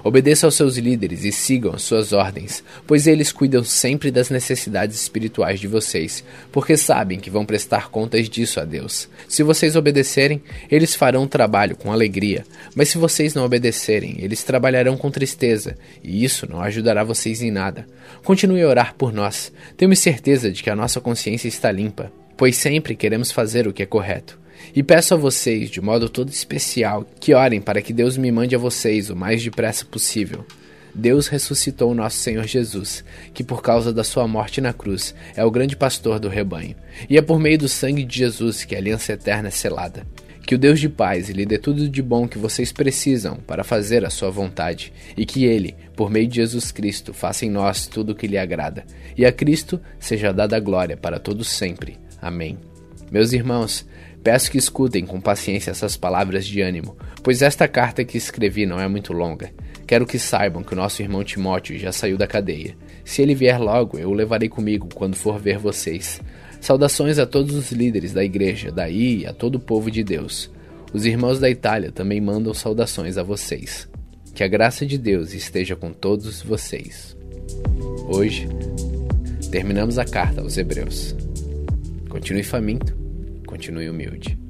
Obedeçam aos seus líderes e sigam as suas ordens, pois eles cuidam sempre das necessidades espirituais de vocês, porque sabem que vão prestar contas disso a Deus. Se vocês obedecerem, eles farão o trabalho com alegria, mas se vocês não obedecerem, eles trabalharão com tristeza, e isso não ajudará vocês em nada. Continue a orar por nós. Temos certeza de que a nossa consciência está limpa, pois sempre queremos fazer o que é correto. E peço a vocês, de modo todo especial, que orem para que Deus me mande a vocês o mais depressa possível. Deus ressuscitou o nosso Senhor Jesus, que por causa da sua morte na cruz é o grande pastor do rebanho, e é por meio do sangue de Jesus que a aliança eterna é selada. Que o Deus de paz lhe dê tudo de bom que vocês precisam para fazer a sua vontade, e que Ele, por meio de Jesus Cristo, faça em nós tudo o que lhe agrada, e a Cristo seja dada a glória para todos sempre. Amém. Meus irmãos, peço que escutem com paciência essas palavras de ânimo, pois esta carta que escrevi não é muito longa. Quero que saibam que o nosso irmão Timóteo já saiu da cadeia. Se ele vier logo, eu o levarei comigo quando for ver vocês. Saudações a todos os líderes da igreja, daí e a todo o povo de Deus. Os irmãos da Itália também mandam saudações a vocês. Que a graça de Deus esteja com todos vocês. Hoje, terminamos a carta aos Hebreus. Continue faminto, continue humilde.